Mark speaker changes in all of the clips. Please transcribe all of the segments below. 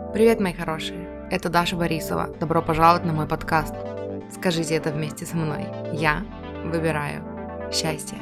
Speaker 1: Привет, мои хорошие! Это Даша Борисова. Добро пожаловать на мой подкаст. Скажите это вместе со мной. Я выбираю счастье.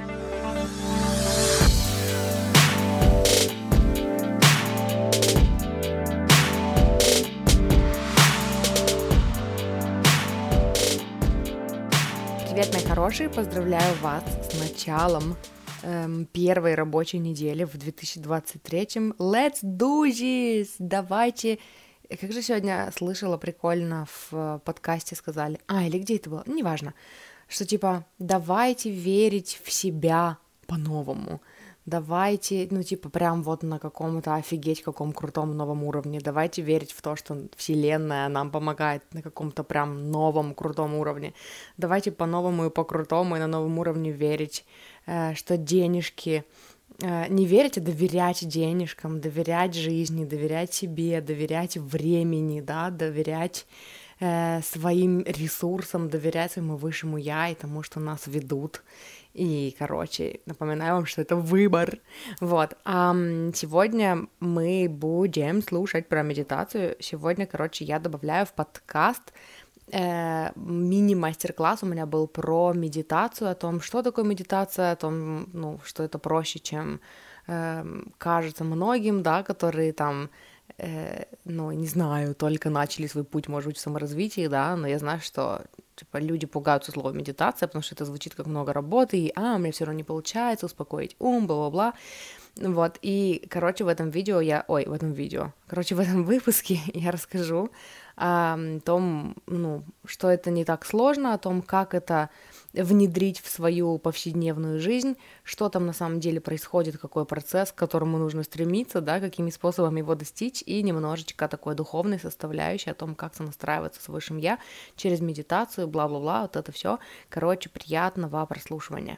Speaker 1: Привет, мои хорошие! Поздравляю вас с началом первой рабочей недели в 2023-м. Let's do this! Давайте... Как же сегодня слышала прикольно в подкасте сказали, или где это было, неважно, что типа давайте верить в себя по-новому, давайте, прям вот на каком-то офигеть каком крутом новом уровне, давайте верить в то, что вселенная нам помогает на каком-то прям новом крутом уровне, давайте по-новому и по-крутому и на новом уровне верить, что денежки... Не верить, а доверять денежкам, доверять жизни, доверять себе, доверять времени, да, доверять своим ресурсам, доверять своему высшему я и тому, что нас ведут. И, напоминаю вам, что это выбор. Вот. А сегодня мы будем слушать про медитацию. Сегодня, я добавляю в подкаст мини-мастер-класс у меня был про медитацию, о том, что такое медитация, о том, что это проще, чем кажется многим, да, которые там, не знаю, только начали свой путь, может быть, в саморазвитии, да, но я знаю, что, люди пугаются слова медитация, потому что это звучит как много работы, и, у меня все равно не получается успокоить ум, бла-бла-бла. Вот, и, в этом выпуске я расскажу о том, что это не так сложно, о том, как это внедрить в свою повседневную жизнь, что там на самом деле происходит, какой процесс, к которому нужно стремиться, да, какими способами его достичь, и немножечко такой духовной составляющей о том, как сонастраиваться с высшим я через медитацию, бла-бла-бла, вот это все. Приятного прослушивания.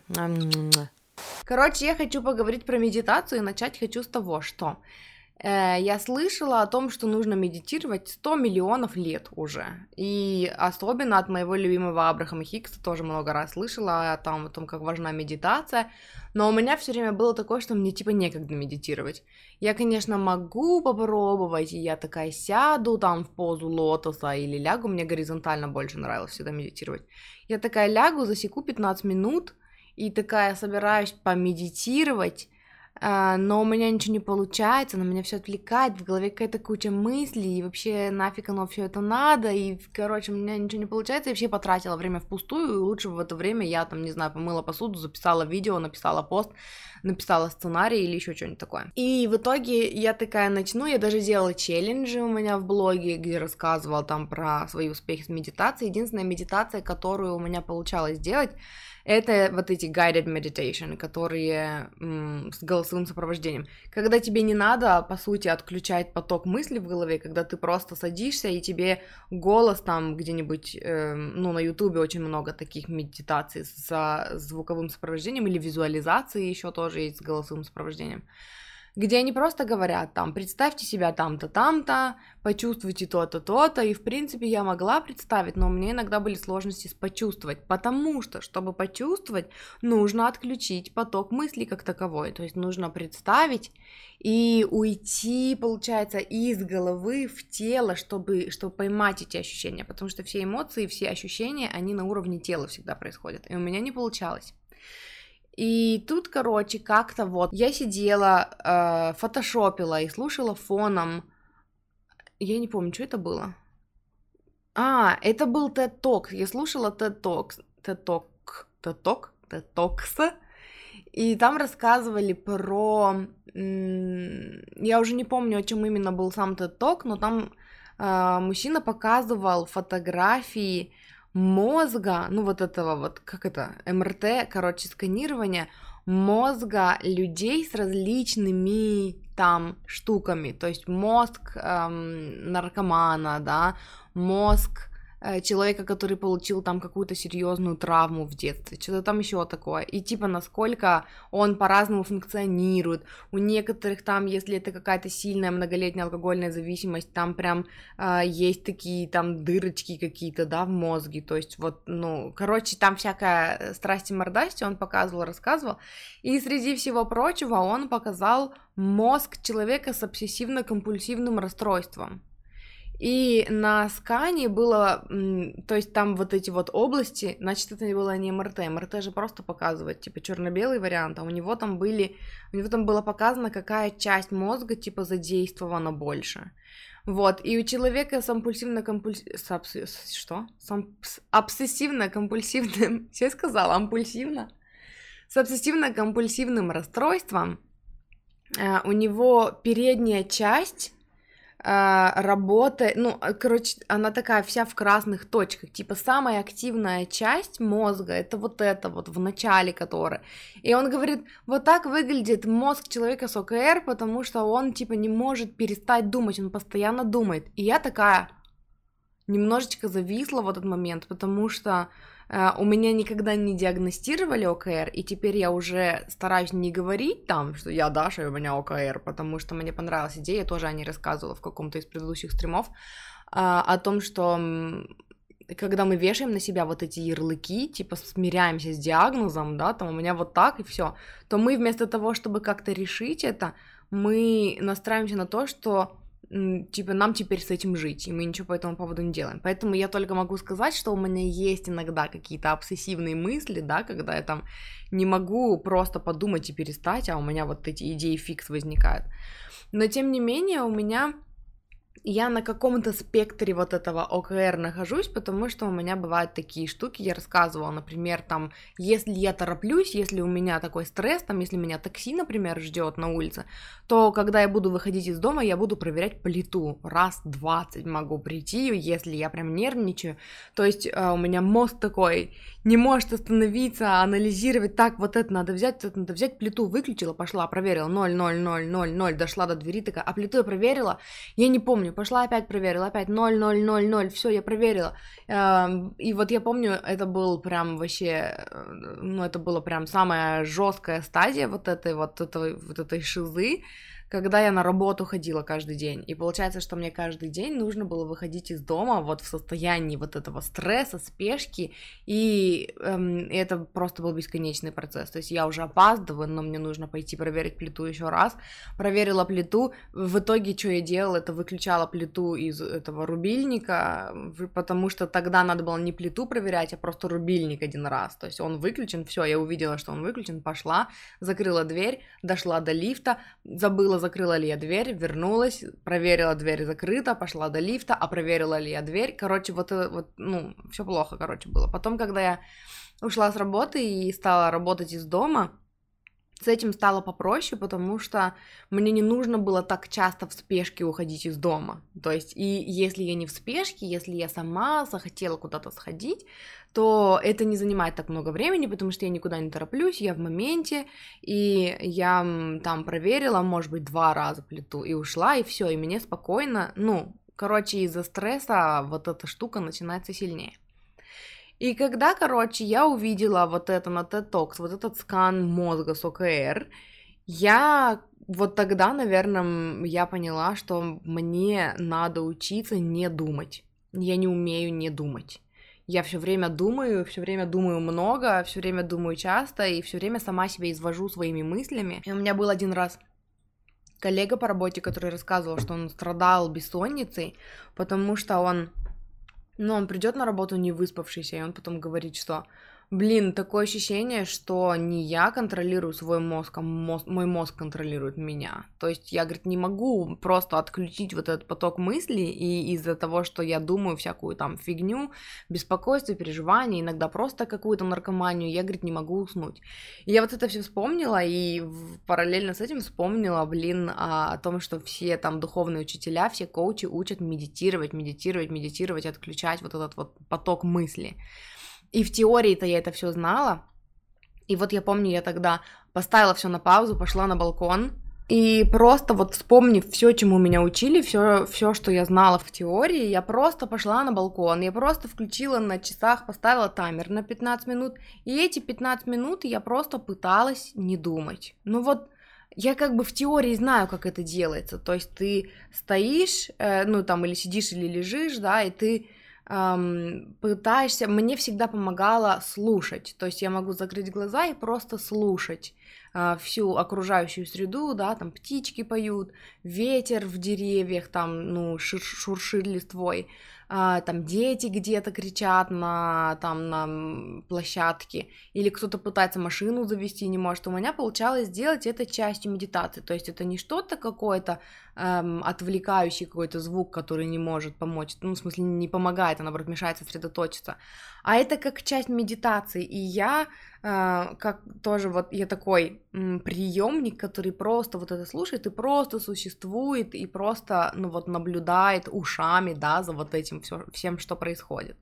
Speaker 1: Я хочу поговорить про медитацию, и начать хочу с того, что я слышала о том, что нужно медитировать 100 миллионов лет уже, и особенно от моего любимого Абрахама Хикса тоже много раз слышала о том, как важна медитация, но у меня все время было такое, что мне некогда медитировать. Я, конечно, могу попробовать, и я такая сяду там в позу лотоса или лягу, мне горизонтально больше нравилось всегда медитировать. Я такая лягу, засеку 15 минут, и такая собираюсь помедитировать, но у меня ничего не получается, на меня все отвлекает, в голове какая-то куча мыслей, и вообще нафиг оно все это надо, и, у меня ничего не получается, и вообще потратила время впустую, и лучше в это время я помыла посуду, записала видео, написала пост, написала сценарий или еще что-нибудь такое. И в итоге я такая начну, я даже делала челленджи у меня в блоге, где рассказывала там про свои успехи с медитацией. Единственная медитация, которую у меня получалось делать, это вот эти guided meditation, которые с голосовым сопровождением. Когда тебе не надо, по сути, отключать поток мыслей в голове, когда ты просто садишься, и тебе голос там где-нибудь, на ютубе очень много таких медитаций с звуковым сопровождением или визуализации еще тоже есть с голосовым сопровождением, где они просто говорят там, представьте себя там-то, там-то, почувствуйте то-то, то-то, и в принципе я могла представить, но у меня иногда были сложности с почувствовать, потому что, чтобы почувствовать, нужно отключить поток мыслей как таковой, то есть нужно представить и уйти, получается, из головы в тело, чтобы поймать эти ощущения, потому что все эмоции, все ощущения, они на уровне тела всегда происходят, и у меня не получалось. И тут, как-то я сидела, фотошопила и слушала фоном, я не помню, что это было. Это был TED Talk, я слушала TED Talks, и там рассказывали про, я уже не помню, о чем именно был сам TED Talk, но там мужчина показывал фотографии мозга, МРТ, сканирование мозга людей с различными там штуками, то есть мозг наркомана, да, мозг человека, который получил там какую-то серьезную травму в детстве, что-то там еще такое, и насколько он по-разному функционирует, у некоторых там, если это какая-то сильная многолетняя алкогольная зависимость, там прям есть такие там дырочки какие-то, да, в мозге, то есть там всякая страсть и мордасти он показывал, рассказывал, и среди всего прочего он показал мозг человека с обсессивно-компульсивным расстройством. И на скане было, то есть там вот эти вот области, значит, это было не МРТ, МРТ же просто показывает, типа, черно-белый вариант, а у него там было показано, какая часть мозга, типа, задействована больше. Вот, и у человека с обсессивно-компульсивным, все сказала, ампульсивно? С обсессивно-компульсивным расстройством у него передняя часть работает, она такая вся в красных точках, типа самая активная часть мозга, это вот в начале которой. И он говорит, вот так выглядит мозг человека с ОКР, потому что он, типа, не может перестать думать, он постоянно думает. И я такая немножечко зависла в этот момент, потому что у меня никогда не диагностировали ОКР, и теперь я уже стараюсь не говорить там, что я Даша, и у меня ОКР, потому что мне понравилась идея, я тоже о ней рассказывала в каком-то из предыдущих стримов, о том, что когда мы вешаем на себя вот эти ярлыки, типа смиряемся с диагнозом, да, там у меня вот так и все, то мы вместо того, чтобы как-то решить это, мы настраиваемся на то, что типа, нам теперь с этим жить, и мы ничего по этому поводу не делаем. Поэтому я только могу сказать, что у меня есть иногда какие-то обсессивные мысли, да, когда я там не могу просто подумать и перестать, а у меня вот эти идеи фикс возникают. Но, тем не менее, я на каком-то спектре вот этого ОКР нахожусь, потому что у меня бывают такие штуки, я рассказывала, например, там, если я тороплюсь, если у меня такой стресс, там, если меня такси, например, ждет на улице, то когда я буду выходить из дома, я буду проверять плиту, раз 20 могу прийти, если я прям нервничаю, то есть у меня мозг такой не может остановиться, анализировать, так, вот это надо взять, плиту выключила, пошла, проверила, 0, 0, 0, 0, 0, дошла до двери, такая, а плиту я проверила, я не помню, пошла опять проверила, опять 0, 0, 0, 0, все, я проверила. И вот я помню, это был прям вообще, это была прям самая жесткая стадия вот этой шизы, когда я на работу ходила каждый день. И получается, что мне каждый день нужно было выходить из дома вот в состоянии вот этого стресса, спешки, и это просто был бесконечный процесс. То есть я уже опаздываю, но мне нужно пойти проверить плиту еще раз. Проверила плиту, в итоге что я делала, это выключала плиту из этого рубильника, потому что тогда надо было не плиту проверять, а просто рубильник один раз. То есть он выключен, все, я увидела, что он выключен, пошла, закрыла дверь, дошла до лифта, забыла, закрыла ли я дверь, вернулась, проверила, дверь закрыта, пошла до лифта, а проверила ли я дверь, короче, все плохо, короче, было. Потом, когда я ушла с работы и стала работать из дома, с этим стало попроще, потому что мне не нужно было так часто в спешке уходить из дома. То есть, и если я не в спешке, если я сама захотела куда-то сходить, то это не занимает так много времени, потому что я никуда не тороплюсь, я в моменте, и я там проверила, может быть, 2 раза плиту, и ушла, и все, и мне спокойно, из-за стресса вот эта штука начинается сильнее. И когда, я увидела вот это на TED Talks, вот этот скан мозга с ОКР, я вот тогда, наверное, я поняла, что мне надо учиться не думать. Я не умею не думать. Я все время думаю много, все время думаю часто, и все время сама себя извожу своими мыслями. И у меня был один раз коллега по работе, который рассказывал, что он страдал бессонницей, потому что он придет на работу не выспавшийся, и он потом говорит, что, такое ощущение, что не я контролирую свой мозг, а мой мозг контролирует меня. То есть я, говорит, не могу просто отключить вот этот поток мыслей, и из-за того, что я думаю всякую там фигню, беспокойство, переживания, иногда просто какую-то наркоманию, я, говорит, не могу уснуть. И я вот это все вспомнила, и параллельно с этим вспомнила, о том, что все там духовные учителя, все коучи учат медитировать, отключать вот этот вот поток мысли. И в теории-то я это все знала. И вот я помню, я тогда поставила все на паузу, пошла на балкон. И просто вот вспомнив все, чему меня учили, все, что я знала в теории, я просто пошла на балкон. Я просто включила на часах, поставила таймер на 15 минут. И эти 15 минут я просто пыталась не думать. Я в теории знаю, как это делается. То есть ты стоишь, или сидишь, или лежишь, да, и ты пытаешься, мне всегда помогало слушать, то есть я могу закрыть глаза и просто слушать всю окружающую среду, да, там птички поют, ветер в деревьях, там, ну, шуршит листвой, там дети где-то кричат на площадке, или кто-то пытается машину завести, не может. У меня получалось сделать это частью медитации, то есть это не что-то какое-то отвлекающий какой-то звук, который не может помочь, ну, в смысле, не помогает, а наоборот мешает сосредоточиться, а это как часть медитации, и я как тоже вот я такой приемник, который просто вот это слушает и просто существует, и просто, ну, вот наблюдает ушами, да, за вот этим всем, что происходит.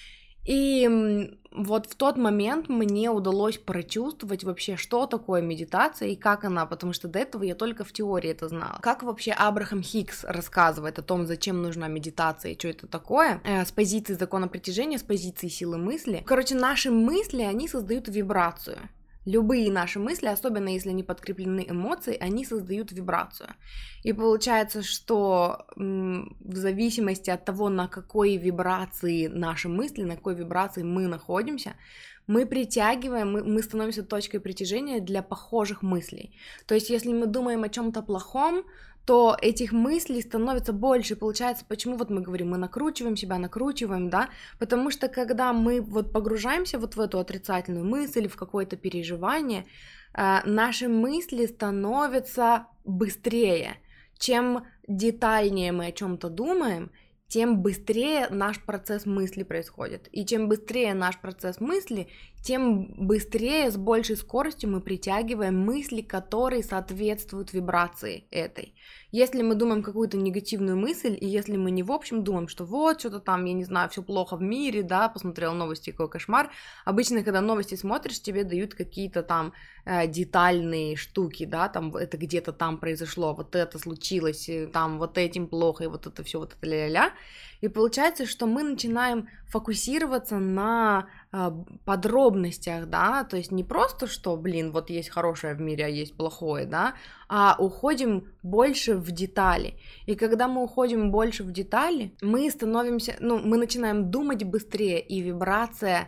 Speaker 1: И вот в тот момент мне удалось прочувствовать вообще, что такое медитация и как она, потому что до этого я только в теории это знала. Как вообще Абрахам Хикс рассказывает о том, зачем нужна медитация и что это такое, с позиции закона притяжения, с позиции силы мысли. Короче, наши мысли, они создают вибрацию. Любые наши мысли, особенно если они подкреплены эмоцией, они создают вибрацию. И получается, что в зависимости от того, на какой вибрации наши мысли, на какой вибрации мы находимся, мы притягиваем, мы становимся точкой притяжения для похожих мыслей. То есть, если мы думаем о чем-то плохом, то этих мыслей становится больше. Получается, почему вот мы говорим, мы накручиваем себя, накручиваем, да, потому что когда мы вот погружаемся вот в эту отрицательную мысль, в какое-то переживание, наши мысли становятся быстрее. Чем детальнее мы о чем-то думаем, тем быстрее наш процесс мысли происходит. И чем быстрее наш процесс мысли, тем быстрее, с большей скоростью мы притягиваем мысли, которые соответствуют вибрации этой. Если мы думаем какую-то негативную мысль, и если мы не в общем думаем, что вот, что-то там, я не знаю, все плохо в мире, да, посмотрел новости, какой кошмар. Обычно, когда новости смотришь, тебе дают какие-то там детальные штуки, да, там это где-то там произошло, вот это случилось, там вот этим плохо, и вот это все, вот это ля-ля-ля. И получается, что мы начинаем фокусироваться на подробностях, да, то есть не просто, что, блин, вот есть хорошее в мире, а есть плохое, да, а уходим больше в детали. И когда мы уходим больше в детали, мы становимся, ну, мы начинаем думать быстрее, и вибрация,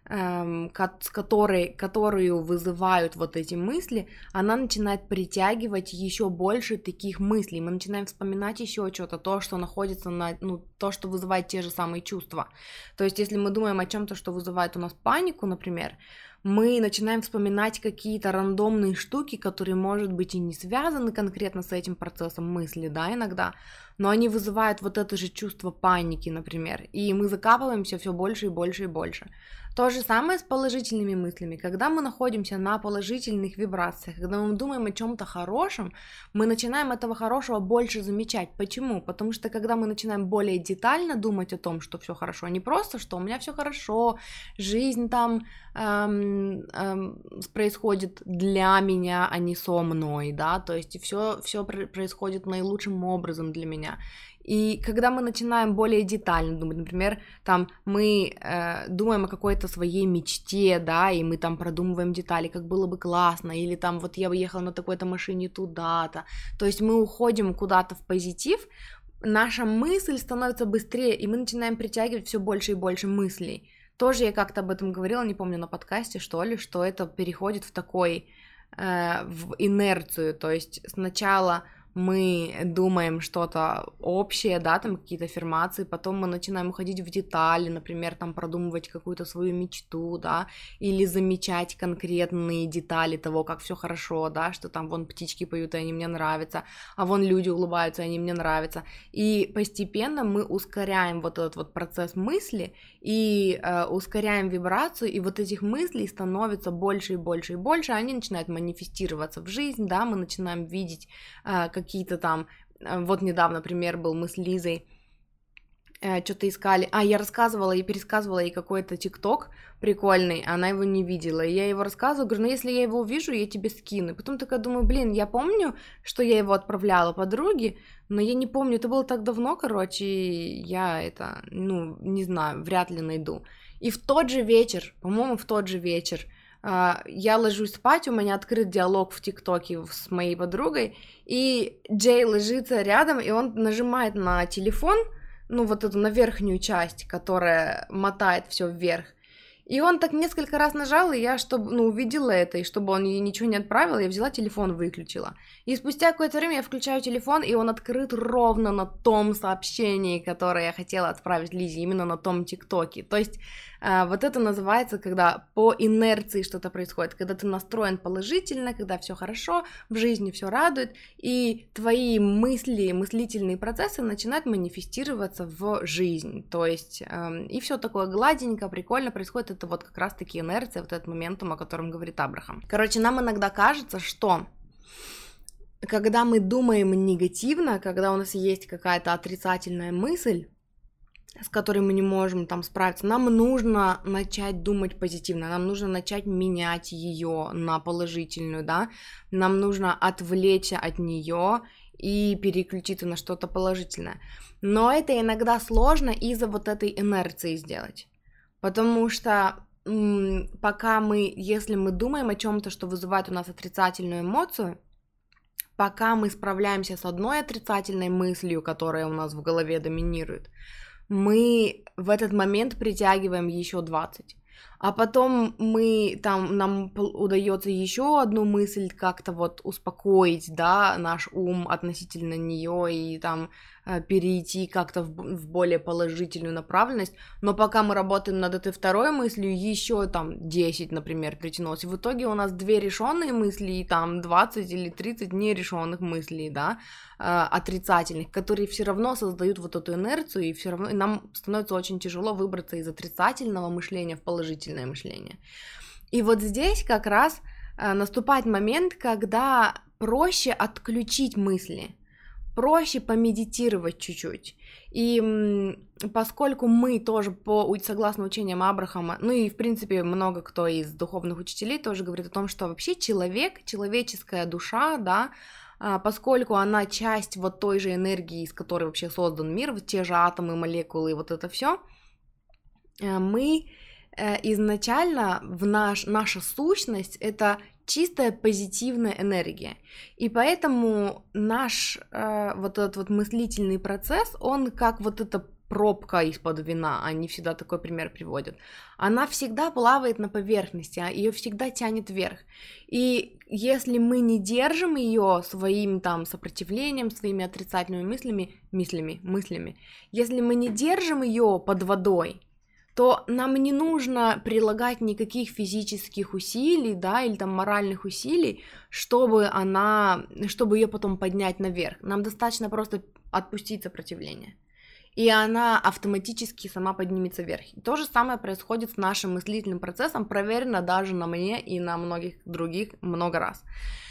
Speaker 1: которую вызывают вот эти мысли, она начинает притягивать еще больше таких мыслей. Мы начинаем вспоминать еще что-то, то, что находится на, ну, то, что вызывает те же самые чувства. То есть, если мы думаем о чем-то, что вызывает у нас панику, например, мы начинаем вспоминать какие-то рандомные штуки, которые, может быть, и не связаны конкретно с этим процессом мысли, да, иногда, но они вызывают вот это же чувство паники, например, и мы закапываемся все больше и больше и больше. То же самое с положительными мыслями. Когда мы находимся на положительных вибрациях, когда мы думаем о чем-то хорошем, мы начинаем этого хорошего больше замечать. Почему? Потому что когда мы начинаем более детально думать о том, что все хорошо, не просто, что у меня все хорошо, жизнь там происходит для меня, а не со мной, да, то есть все происходит наилучшим образом для меня. И когда мы начинаем более детально думать, например, там мы думаем о какой-то своей мечте, да, и мы там продумываем детали, как было бы классно, или там вот я бы ехала на такой-то машине туда-то, то есть мы уходим куда-то в позитив, наша мысль становится быстрее, и мы начинаем притягивать все больше и больше мыслей. Тоже я как-то об этом говорила, не помню, на подкасте, что ли, что это переходит в такой, в инерцию, то есть сначала мы думаем что-то общее, да, там какие-то аффирмации, потом мы начинаем уходить в детали, например, там продумывать какую-то свою мечту, да, или замечать конкретные детали того, как все хорошо, да, что там вон птички поют, и они мне нравятся, а вон люди улыбаются, и они мне нравятся, и постепенно мы ускоряем вот этот вот процесс мысли и ускоряем вибрацию, и вот этих мыслей становится больше и больше и больше, они начинают манифестироваться в жизнь, да, мы начинаем видеть какие-то там, вот недавно пример был, мы с Лизой что-то искали, я рассказывала и пересказывала ей какой-то ТикТок прикольный, она его не видела, и я его рассказывала, говорю, ну если я его увижу, я тебе скину, и потом такая думаю, блин, я помню, что я его отправляла подруге, но я не помню, это было так давно, короче, и я это, ну, не знаю, вряд ли найду, и в тот же вечер, по-моему, в тот же вечер, я ложусь спать, у меня открыт диалог в ТикТоке с моей подругой, и Джей ложится рядом, и он нажимает на телефон, ну вот эту на верхнюю часть, которая мотает все вверх, И он так несколько раз нажал, и я, чтобы, увидела это, и чтобы он ей ничего не отправил, я взяла телефон, выключила. И спустя какое-то время я включаю телефон, и он открыт ровно на том сообщении, которое я хотела отправить Лизе, именно на том ТикТоке. То есть вот это называется, когда по инерции что-то происходит, когда ты настроен положительно, когда все хорошо, в жизни все радует, и твои мысли, мыслительные процессы начинают манифестироваться в жизнь. То есть и все такое гладенько, прикольно происходит. Это вот как раз-таки инерция, вот этот моментум, о котором говорит Абрахам. Короче, нам иногда кажется, что когда мы думаем негативно, когда у нас есть какая-то отрицательная мысль, с которой мы не можем там справиться, нам нужно начать думать позитивно, нам нужно начать менять ее на положительную, да, нам нужно отвлечься от нее и переключиться на что-то положительное. Но это иногда сложно из-за вот этой инерции сделать, потому что если мы думаем о чем-то, что вызывает у нас отрицательную эмоцию, пока мы справляемся с одной отрицательной мыслью, которая у нас в голове доминирует, мы в этот момент притягиваем еще 20. А потом нам удается еще одну мысль как-то вот успокоить, да, наш ум относительно нее и там перейти как-то в более положительную направленность, но пока мы работаем над этой второй мыслью, еще там 10, например, притянулось, и в итоге у нас 2 решенные мысли и там 20 или 30 нерешенных мыслей, да, отрицательных, которые все равно создают вот эту инерцию, и все равно нам становится очень тяжело выбраться из отрицательного мышления в положительное мышление. И вот здесь как раз наступает момент, когда проще отключить мысли, проще помедитировать чуть-чуть. И поскольку мы тоже, согласно учениям Абрахама, и в принципе много кто из духовных учителей тоже говорит о том, что вообще человеческая душа, да, поскольку она часть вот той же энергии, из которой вообще создан мир, вот те же атомы, молекулы и вот это все, мы изначально наша сущность — это чистая позитивная энергия, и поэтому наш вот этот вот мыслительный процесс, он как вот эта пробка из-под вина, они всегда такой пример приводят, она всегда плавает на поверхности, ее всегда тянет вверх, и если мы не держим ее своим там сопротивлением, своими отрицательными мыслями, если мы не держим ее под водой, то нам не нужно прилагать никаких физических усилий, да, или там моральных усилий, чтобы ее потом поднять наверх. Нам достаточно просто отпустить сопротивление, и она автоматически сама поднимется вверх. И то же самое происходит с нашим мыслительным процессом, проверено даже на мне и на многих других много раз.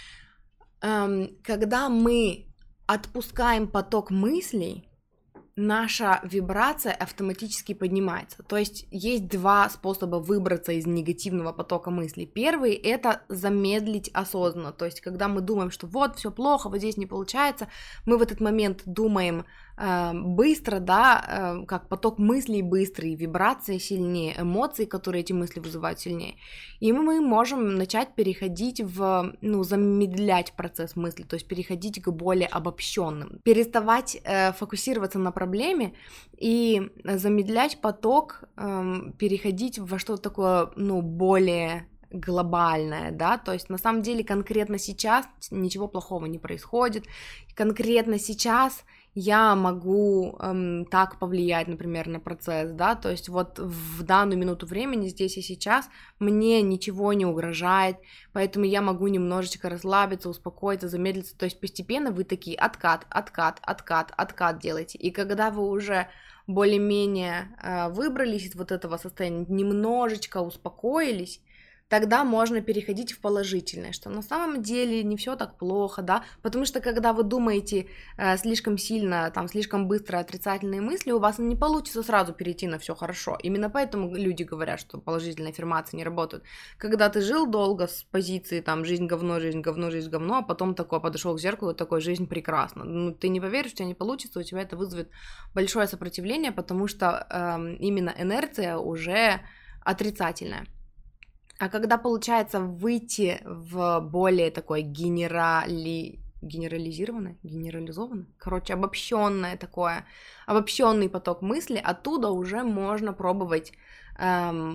Speaker 1: Когда мы отпускаем поток мыслей, наша вибрация автоматически поднимается. То есть есть 2 способа выбраться из негативного потока мыслей. Первый — это замедлить осознанно. То есть когда мы думаем, что вот все плохо, вот здесь не получается, мы в этот момент думаем быстро, да, как поток мыслей быстрый, вибрации сильнее, эмоции, которые эти мысли вызывают, сильнее. И мы можем начать переходить замедлять процесс мысли, то есть переходить к более обобщенным, переставать фокусироваться на проблеме и замедлять поток, переходить во что-то такое, более глобальное, да, то есть на самом деле конкретно сейчас ничего плохого не происходит, конкретно сейчас я могу так повлиять, например, на процесс, да, то есть вот в данную минуту времени, здесь и сейчас, мне ничего не угрожает, поэтому я могу немножечко расслабиться, успокоиться, замедлиться, то есть постепенно вы такие откат делаете, и когда вы уже более-менее выбрались из вот этого состояния, немножечко успокоились, тогда можно переходить в положительное, что на самом деле не все так плохо, да, потому что когда вы думаете слишком сильно, там, слишком быстро отрицательные мысли, у вас не получится сразу перейти на все хорошо. Именно поэтому люди говорят, что положительные аффирмации не работают. Когда ты жил долго с позиции, там, жизнь говно, а потом такой подошел к зеркалу и такой, жизнь прекрасна. Ты не поверишь, у тебя не получится, у тебя это вызовет большое сопротивление, потому что именно инерция уже отрицательная. А когда получается выйти в более такое генерализованный, короче, обобщенный поток мысли, оттуда уже можно пробовать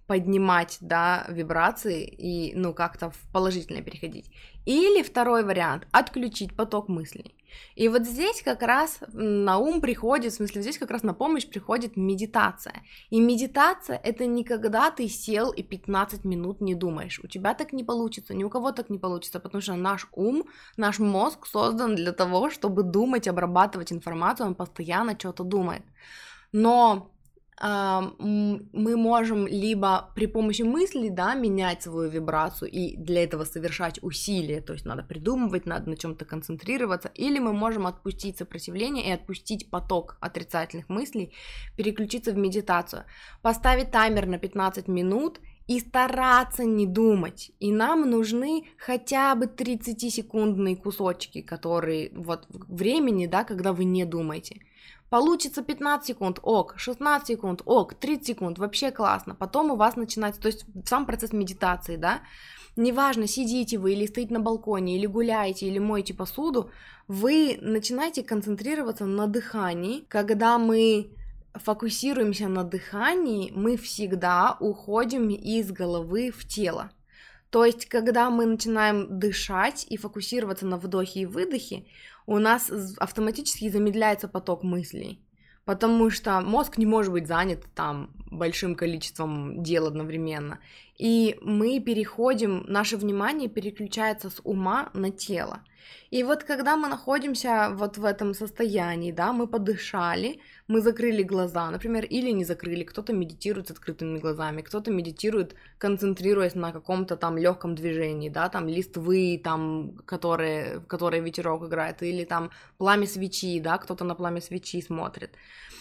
Speaker 1: поднимать, да, вибрации и, ну, как-то в положительное переходить. Или второй вариант – отключить поток мыслей. И вот здесь как раз на ум приходит, в смысле, здесь как раз на помощь приходит медитация. И медитация – это не когда ты сел и 15 минут не думаешь. У тебя так не получится, ни у кого так не получится, потому что наш ум, наш мозг создан для того, чтобы думать, обрабатывать информацию, он постоянно что-то думает. Но мы можем либо при помощи мыслей, да, менять свою вибрацию и для этого совершать усилия, то есть надо придумывать, надо на чем-то концентрироваться, или мы можем отпустить сопротивление и отпустить поток отрицательных мыслей, переключиться в медитацию, поставить таймер на 15 минут и стараться не думать. И нам нужны хотя бы 30-секундные кусочки, которые вот времени, да, когда вы не думаете. Получится 15 секунд, ок, 16 секунд, ок, 30 секунд, вообще классно. Потом у вас начинается, то есть сам процесс медитации, да, неважно, сидите вы или стоите на балконе, или гуляете, или моете посуду, вы начинаете концентрироваться на дыхании. Когда мы фокусируемся на дыхании, мы всегда уходим из головы в тело. То есть, когда мы начинаем дышать и фокусироваться на вдохе и выдохе, у нас автоматически замедляется поток мыслей, потому что мозг не может быть занят там большим количеством дел одновременно. И мы переходим, наше внимание переключается с ума на тело. И вот когда мы находимся вот в этом состоянии, да, мы подышали, мы закрыли глаза, например, или не закрыли, кто-то медитирует с открытыми глазами, кто-то медитирует, концентрируясь на каком-то там легком движении, да, там листвы, там, в которой ветерок играет, или там пламя свечи, да, кто-то на пламя свечи смотрит.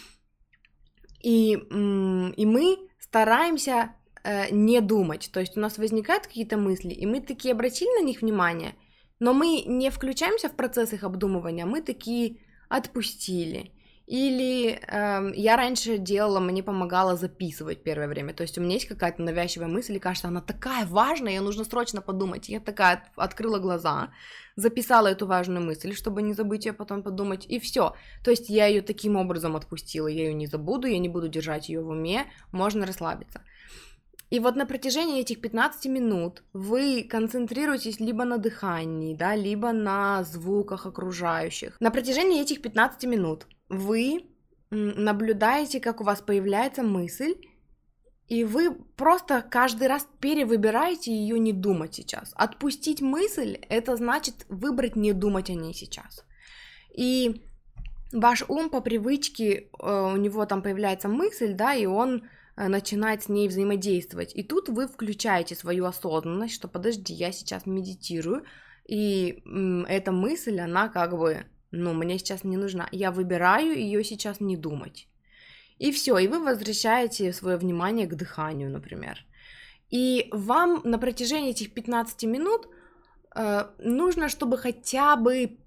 Speaker 1: И мы стараемся не думать, то есть у нас возникают какие-то мысли, и мы такие обратили на них внимание, но мы не включаемся в процесс их обдумывания, мы такие отпустили. Или я раньше делала, мне помогало записывать первое время, то есть у меня есть какая-то навязчивая мысль, и кажется, она такая важная, ее нужно срочно подумать. Я такая открыла глаза, записала эту важную мысль, чтобы не забыть ее потом подумать, и все. То есть я ее таким образом отпустила, я ее не забуду, я не буду держать ее в уме, можно расслабиться. И вот на протяжении этих 15 минут вы концентрируетесь либо на дыхании, да, либо на звуках окружающих. На протяжении этих 15 минут вы наблюдаете, как у вас появляется мысль, и вы просто каждый раз перевыбираете ее не думать сейчас. Отпустить мысль – это значит выбрать не думать о ней сейчас. И ваш ум по привычке, у него там появляется мысль, да, и он начинает с ней взаимодействовать. И тут вы включаете свою осознанность, что подожди, я сейчас медитирую, и эта мысль, она как бы, мне сейчас не нужна. Я выбираю ее сейчас не думать. И все, и вы возвращаете свое внимание к дыханию, например. И вам на протяжении этих 15 минут нужно, чтобы хотя бы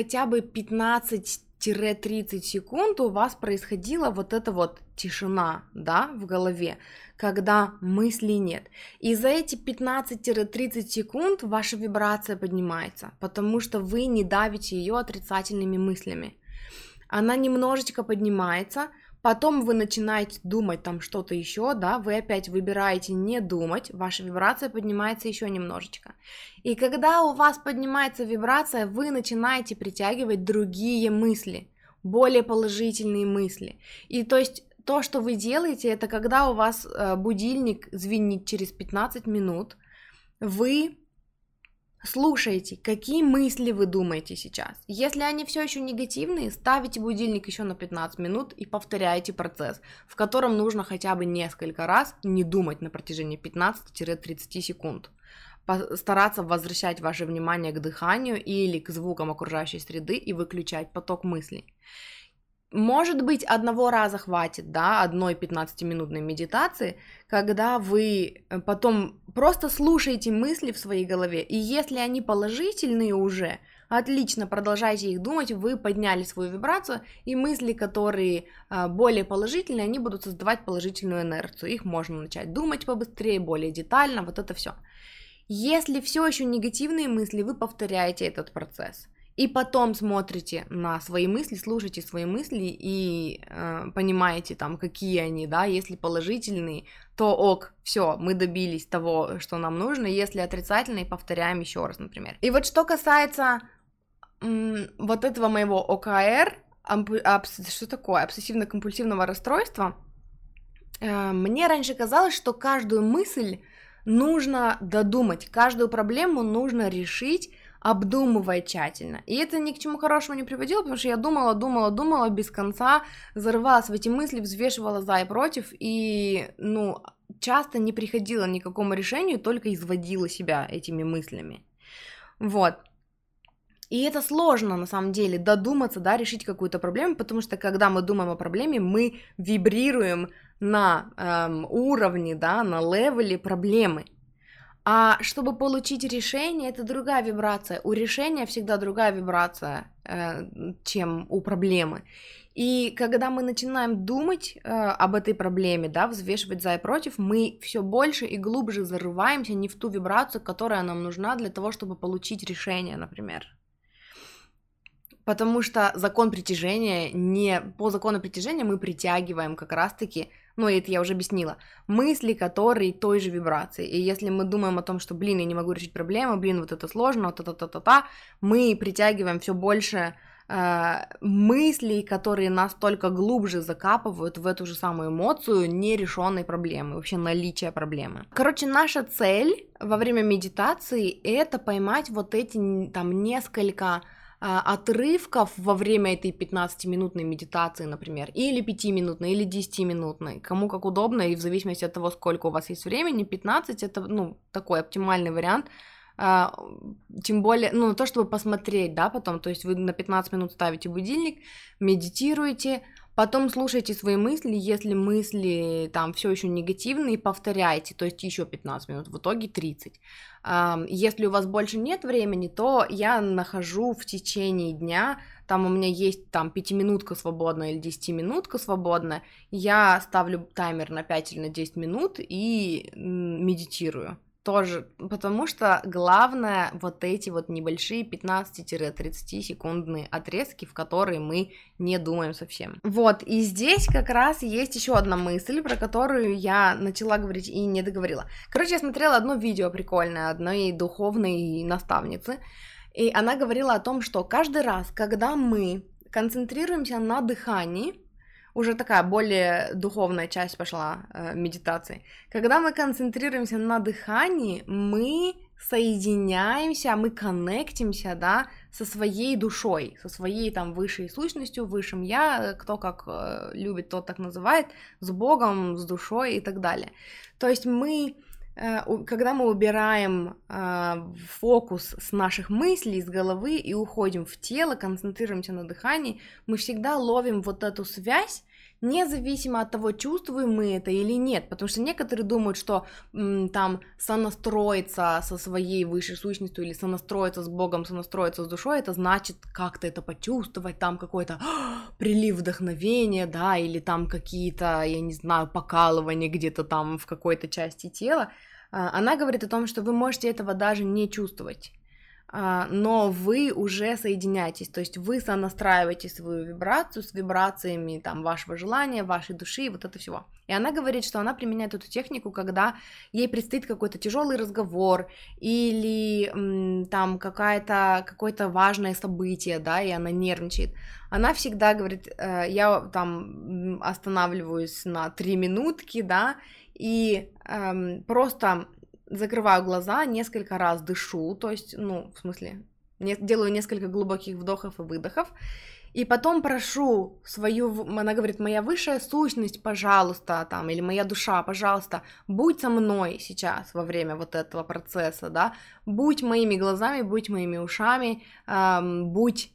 Speaker 1: 15-30 секунд у вас происходила вот эта вот тишина, да, в голове, когда мыслей нет. И за эти 15-30 секунд ваша вибрация поднимается, потому что вы не давите ее отрицательными мыслями. Она немножечко поднимается, потом вы начинаете думать там что-то еще, да, вы опять выбираете не думать, ваша вибрация поднимается еще немножечко. И когда у вас поднимается вибрация, вы начинаете притягивать другие мысли, более положительные мысли. И то есть то, что вы делаете, это когда у вас будильник звенит через 15 минут, вы слушайте, какие мысли вы думаете сейчас. Если они все еще негативные, ставите будильник еще на 15 минут и повторяйте процесс, в котором нужно хотя бы несколько раз не думать на протяжении 15-30 секунд. Стараться возвращать ваше внимание к дыханию или к звукам окружающей среды и выключать поток мыслей. Может быть, одного раза хватит, да, одной 15-минутной медитации, когда вы потом просто слушаете мысли в своей голове, и если они положительные уже, отлично, продолжайте их думать, вы подняли свою вибрацию, и мысли, которые более положительные, они будут создавать положительную инерцию, их можно начать думать побыстрее, более детально, вот это все. Если все еще негативные мысли, вы повторяете этот процесс. и потом смотрите на свои мысли, слушайте свои мысли и понимаете там, какие они, да, если положительные, то ок, все, мы добились того, что нам нужно, если отрицательные, повторяем еще раз, например. И вот что касается вот этого моего ОКР, что такое, обсессивно-компульсивного расстройства, мне раньше казалось, что каждую мысль нужно додумать, каждую проблему нужно решить, обдумывая тщательно. И это ни к чему хорошему не приводило, потому что я думала без конца, зарывалась в эти мысли, взвешивала за и против, и, часто не приходила ни к какому решению, только изводила себя этими мыслями. Вот. И это сложно, на самом деле, додуматься, да, решить какую-то проблему, потому что, когда мы думаем о проблеме, мы вибрируем на уровне, да, на левеле проблемы. А чтобы получить решение, это другая вибрация. У решения всегда другая вибрация, чем у проблемы. И когда мы начинаем думать об этой проблеме, да, взвешивать за и против, мы все больше и глубже зарываемся не в ту вибрацию, которая нам нужна для того, чтобы получить решение, например. Потому что закон притяжения, по закону притяжения мы притягиваем как раз-таки, это я уже объяснила, мысли, которые той же вибрации. И если мы думаем о том, что, я не могу решить проблему, вот это сложно, мы притягиваем все больше мыслей, которые нас только глубже закапывают в эту же самую эмоцию нерешенной проблемы, вообще наличия проблемы. Короче, наша цель во время медитации — это поймать вот эти там несколько отрывков во время этой 15-минутной медитации, например, или 5-минутной, или 10-минутной, кому как удобно, и в зависимости от того, сколько у вас есть времени, 15 — это, такой оптимальный вариант, тем более, на то, чтобы посмотреть, да, потом, то есть вы на 15 минут ставите будильник, медитируете, потом слушайте свои мысли, если мысли там все еще негативные, повторяйте, то есть еще 15 минут, в итоге 30. Если у вас больше нет времени, то я нахожу в течение дня, там у меня есть там 5-минутка свободная или 10-минутка свободная, я ставлю таймер на 5 или на 10 минут и медитирую. Тоже, потому что главное вот эти вот небольшие 15-30 секундные отрезки, в которые мы не думаем совсем. Вот, и здесь как раз есть еще одна мысль, про которую я начала говорить и не договорила. Короче, я смотрела одно видео прикольное одной духовной наставницы, и она говорила о том, что каждый раз, когда мы концентрируемся на дыхании, уже такая более духовная часть пошла медитации. Когда мы концентрируемся на дыхании, мы соединяемся, мы коннектимся, да, со своей душой, со своей там высшей сущностью, высшим я, кто как любит, тот так называет, с Богом, с душой и так далее. То есть когда мы убираем фокус с наших мыслей, с головы и уходим в тело, концентрируемся на дыхании, мы всегда ловим вот эту связь, независимо от того, чувствуем мы это или нет, потому что некоторые думают, что там сонастроиться со своей высшей сущностью или сонастроиться с Богом, сонастроиться с душой, это значит как-то это почувствовать, там какой-то прилив вдохновения, да, или там какие-то, я не знаю, покалывания где-то там в какой-то части тела. Она говорит о том, что вы можете этого даже не чувствовать, но вы уже соединяетесь, то есть вы сонастраиваете свою вибрацию с вибрациями там вашего желания, вашей души и вот это всего. И она говорит, что она применяет эту технику, когда ей предстоит какой-то тяжелый разговор или там какое-то важное событие, да, и она нервничает. Она всегда говорит, я там останавливаюсь на 3 минутки, да, и просто закрываю глаза, несколько раз дышу, то есть, делаю несколько глубоких вдохов и выдохов, и потом прошу она говорит, моя высшая сущность, пожалуйста, там, или моя душа, пожалуйста, будь со мной сейчас во время вот этого процесса, да, будь моими глазами, будь моими ушами, будь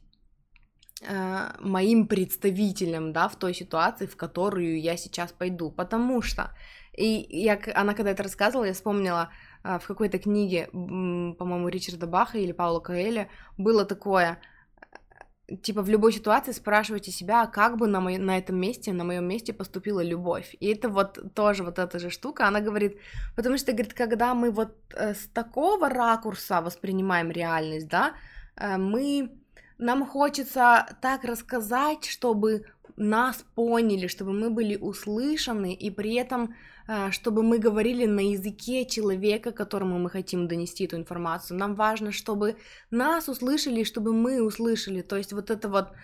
Speaker 1: моим представителем, да, в той ситуации, в которую я сейчас пойду, потому что, она когда это рассказывала, я вспомнила, в какой-то книге, по-моему, Ричарда Баха или Паула Коэльо было такое, типа, в любой ситуации спрашивайте себя, как бы на моем месте поступила любовь. И это вот тоже вот эта же штука, она говорит, потому что, говорит, когда мы вот с такого ракурса воспринимаем реальность, да, мы нам хочется так рассказать, чтобы нас поняли, чтобы мы были услышаны, и при этом, чтобы мы говорили на языке человека, которому мы хотим донести эту информацию. Нам важно, чтобы нас услышали, и чтобы мы услышали. То есть вот это вот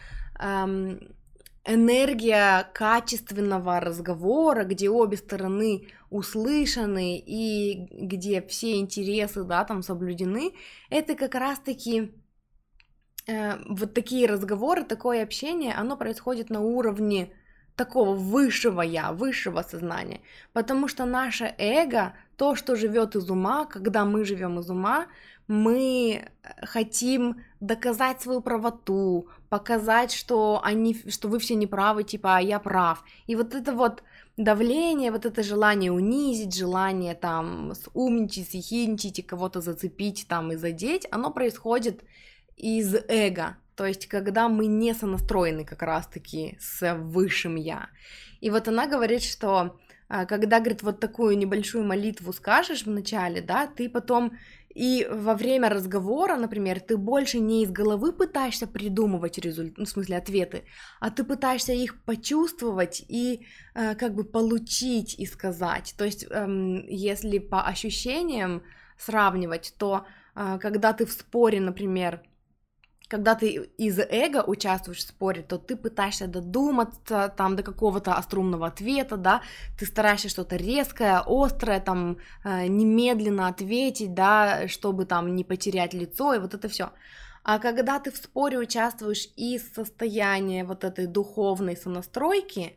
Speaker 1: энергия качественного разговора, где обе стороны услышаны и где все интересы, да, там соблюдены, это как раз-таки вот такие разговоры, такое общение, оно происходит на уровне такого высшего я, высшего сознания, потому что наше эго, то, что живет из ума, когда мы живем из ума, мы хотим доказать свою правоту, показать, что вы все неправы, типа, а я прав. И вот это вот давление, вот это желание унизить, желание там умничать, съехидничать и кого-то зацепить там и задеть, оно происходит из эго, то есть когда мы не сонастроены как раз-таки с высшим я. И вот она говорит, что когда, говорит, вот такую небольшую молитву скажешь вначале, да, ты потом и во время разговора, например, ты больше не из головы пытаешься придумывать в смысле ответы, а ты пытаешься их почувствовать и как бы получить и сказать. То есть если по ощущениям сравнивать, то когда ты в споре, например, когда ты из эго участвуешь в споре, то ты пытаешься додуматься там до какого-то острумного ответа, да, ты стараешься что-то резкое, острое, там, немедленно ответить, да, чтобы там не потерять лицо, и вот это все. А когда ты в споре участвуешь из состояния вот этой духовной сонастройки,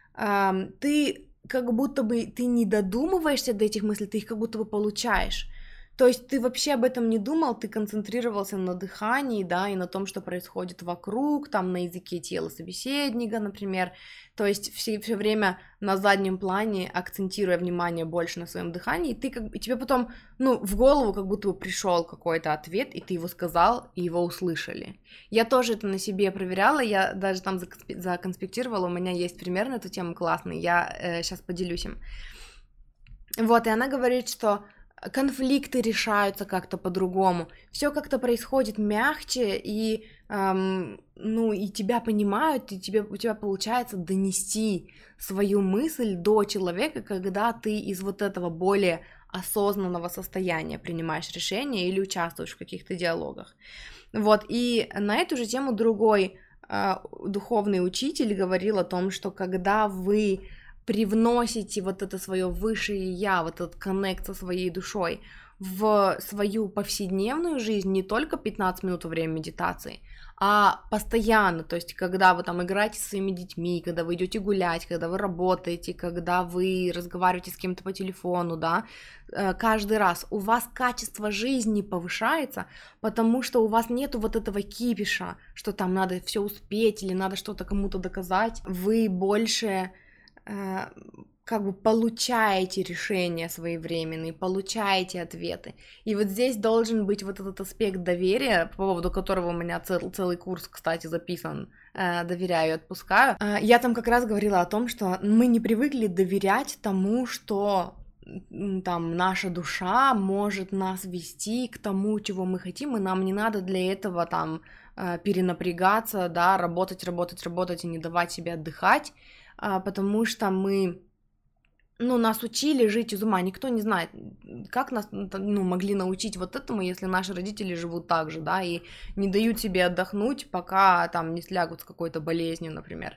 Speaker 1: ты как будто бы, ты не додумываешься до этих мыслей, ты их как будто бы получаешь. То есть ты вообще об этом не думал, ты концентрировался на дыхании, да, и на том, что происходит вокруг, там, на языке тела собеседника, например. То есть все время на заднем плане, акцентируя внимание больше на своем дыхании, и тебе потом, в голову как будто бы пришел какой-то ответ, и ты его сказал, и его услышали. Я тоже это на себе проверяла, я даже там законспектировала, у меня есть пример на эту тему классный, я сейчас поделюсь им. Вот, и она говорит, что конфликты решаются как-то по-другому, все как-то происходит мягче, и тебя понимают, и у тебя получается донести свою мысль до человека, когда ты из вот этого более осознанного состояния принимаешь решения или участвуешь в каких-то диалогах. Вот, и на эту же тему другой духовный учитель говорил о том, что когда вы привносите вот это свое высшее я, вот этот коннект со своей душой в свою повседневную жизнь, не только 15 минут во время медитации, а постоянно, то есть когда вы там играете со своими детьми, когда вы идете гулять, когда вы работаете, когда вы разговариваете с кем-то по телефону, да, каждый раз у вас качество жизни повышается, потому что у вас нету вот этого кипиша, что там надо все успеть или надо что-то кому-то доказать, вы больше как бы получаете решения своевременные, получаете ответы. И вот здесь должен быть вот этот аспект доверия, по поводу которого у меня целый курс, кстати, записан, доверяю и отпускаю. Я там как раз говорила о том, что мы не привыкли доверять тому, что там наша душа может нас вести к тому, чего мы хотим, и нам не надо для этого там перенапрягаться, да, работать и не давать себе отдыхать, потому что нас учили жить из ума, никто не знает, как нас могли научить вот этому, если наши родители живут так же, да, и не дают себе отдохнуть, пока там не слягут с какой-то болезнью, например.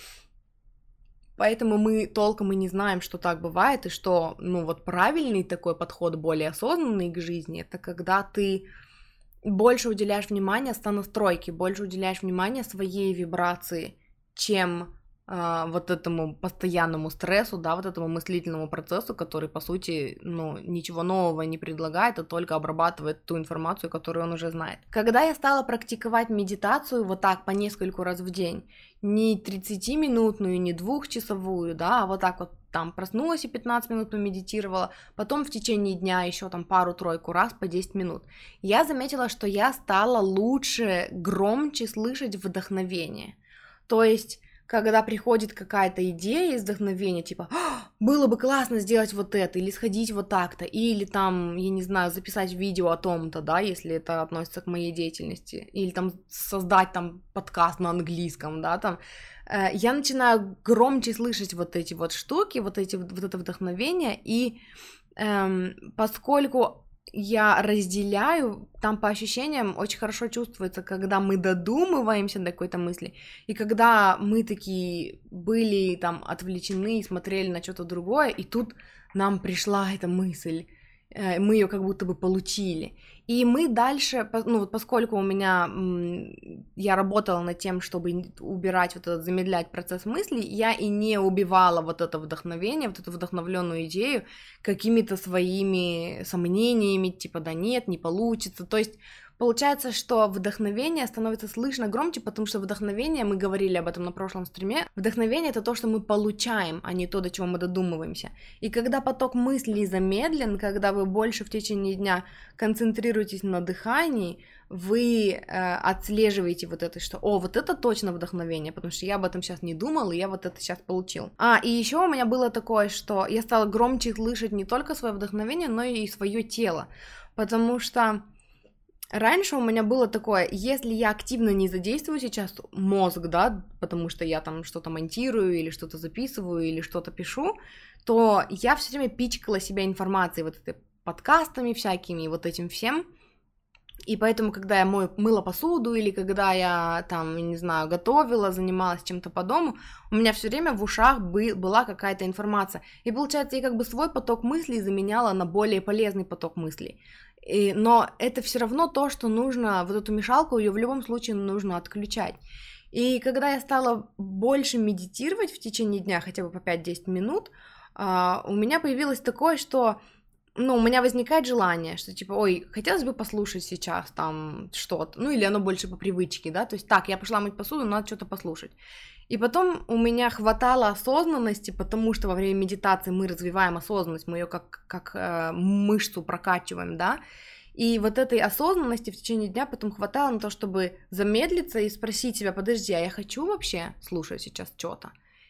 Speaker 1: Поэтому мы толком и не знаем, что так бывает, и что, правильный такой подход, более осознанный к жизни, это когда ты больше уделяешь внимание сонастройке, больше уделяешь внимание своей вибрации, чем вот этому постоянному стрессу, да, вот этому мыслительному процессу, который, по сути, ничего нового не предлагает, а только обрабатывает ту информацию, которую он уже знает. Когда я стала практиковать медитацию вот так по нескольку раз в день, не 30-минутную, не 2-часовую, да, а вот так вот там проснулась и 15 минут помедитировала, потом в течение дня еще там пару-тройку раз по 10 минут, я заметила, что я стала лучше, громче слышать вдохновение. То есть когда приходит какая-то идея из вдохновения, типа, было бы классно сделать вот это, или сходить вот так-то, или там, я не знаю, записать видео о том-то, да, если это относится к моей деятельности, или там создать там подкаст на английском, да, там, я начинаю громче слышать вот эти вот штуки, вот это вдохновение, и поскольку я разделяю, там по ощущениям очень хорошо чувствуется, когда мы додумываемся до какой-то мысли, и когда мы такие были там отвлечены и смотрели на что-то другое, и тут нам пришла эта мысль, мы ее как будто бы получили. И мы дальше, ну вот поскольку у меня, я работала над тем, чтобы убирать вот этот, замедлять процесс мыслей, я и не убивала вот это вдохновение, вот эту вдохновленную идею какими-то своими сомнениями, типа, да нет, не получится, то есть получается, что вдохновение становится слышно громче, потому что вдохновение, мы говорили об этом на прошлом стриме, вдохновение — это то, что мы получаем, а не то, до чего мы додумываемся. И когда поток мыслей замедлен, когда вы больше в течение дня концентрируетесь на дыхании, вы отслеживаете вот это, что, вот это точно вдохновение, потому что я об этом сейчас не думал, и я вот это сейчас получил. И еще у меня было такое, что я стала громче слышать не только свое вдохновение, но и свое тело, потому что раньше у меня было такое, если я активно не задействую сейчас мозг, да, потому что я там что-то монтирую, или что-то записываю, или что-то пишу, то я все время пичкала себя информацией, вот этой подкастами всякими, вот этим всем. И поэтому, когда я мыла посуду, или когда я там, не знаю, готовила, занималась чем-то по дому, у меня все время в ушах была какая-то информация. И получается, я как бы свой поток мыслей заменяла на более полезный поток мыслей. Но это все равно то, что нужно, вот эту мешалку, ее в любом случае нужно отключать. И когда я стала больше медитировать в течение дня, хотя бы по 5-10 минут, у меня появилось такое, что, у меня возникает желание, что типа, хотелось бы послушать сейчас там что-то, или оно больше по привычке, да, то есть так, я пошла мыть посуду, надо что-то послушать. И потом у меня хватало осознанности, потому что во время медитации мы развиваем осознанность, мы ее как мышцу прокачиваем, да, и вот этой осознанности в течение дня потом хватало на то, чтобы замедлиться и спросить себя, подожди, а я хочу вообще слушать сейчас что-то?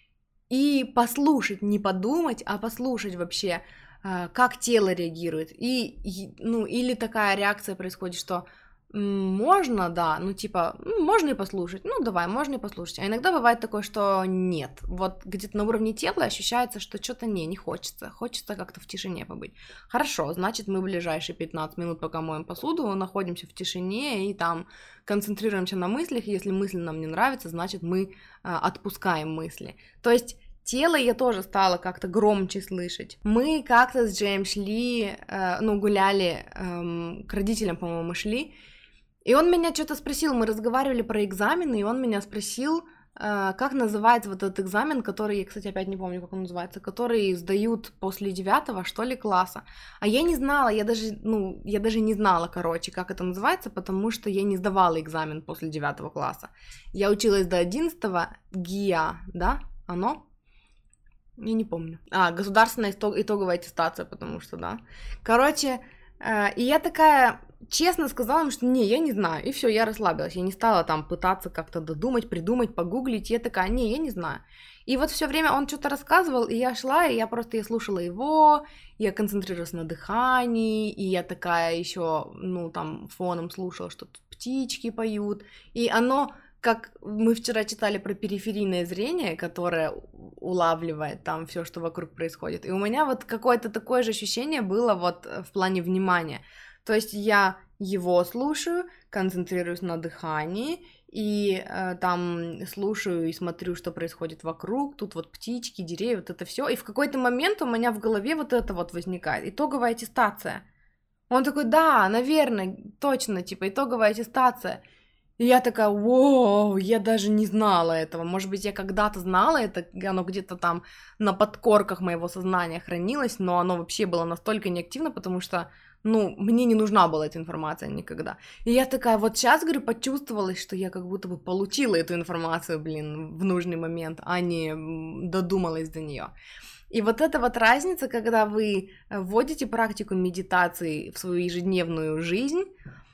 Speaker 1: И послушать, не подумать, а послушать вообще, как тело реагирует. Или такая реакция происходит, что можно, да, можно и послушать, давай, можно и послушать. А иногда бывает такое, что нет, вот где-то на уровне тела ощущается, что что-то не хочется, хочется как-то в тишине побыть. Хорошо, значит, мы в ближайшие 15 минут, пока моем посуду, находимся в тишине и там концентрируемся на мыслях, если мысль нам не нравится, значит, мы отпускаем мысли. То есть тело я тоже стала как-то громче слышать. Мы как-то с Джейм шли, гуляли, к родителям, по-моему, мы шли, и он меня что-то спросил, мы разговаривали про экзамены, и он меня спросил, как называется вот этот экзамен, который, я, кстати, опять не помню, как он называется, который сдают после 9 что ли, класса. А я не знала, я даже не знала, как это называется, потому что я не сдавала экзамен после 9 класса. Я училась до 11 ГИА, да, оно? Я не помню. Государственная итоговая аттестация, потому что, да. Короче, и я такая честно сказала им, что не, я не знаю, и все, я расслабилась, я не стала там пытаться как-то додумать, придумать, погуглить, я такая, не, я не знаю. И вот все время он что-то рассказывал, и я шла, и я слушала его, я концентрировалась на дыхании, и я такая еще, там фоном слушала, что тут птички поют, и оно, как мы вчера читали про периферийное зрение, которое улавливает там все, что вокруг происходит, и у меня вот какое-то такое же ощущение было вот в плане внимания. То есть я его слушаю, концентрируюсь на дыхании, и там слушаю и смотрю, что происходит вокруг, тут вот птички, деревья, вот это все. И в какой-то момент у меня в голове вот это вот возникает, итоговая аттестация. Он такой, да, наверное, точно, итоговая аттестация. И я такая, вау, я даже не знала этого. Может быть, я когда-то знала это, оно где-то там на подкорках моего сознания хранилось, но оно вообще было настолько неактивно, потому что мне не нужна была эта информация никогда. И я такая, вот сейчас, говорю, почувствовалась, что я как будто бы получила эту информацию, в нужный момент, а не додумалась до нее. И вот эта вот разница, когда вы вводите практику медитации в свою ежедневную жизнь,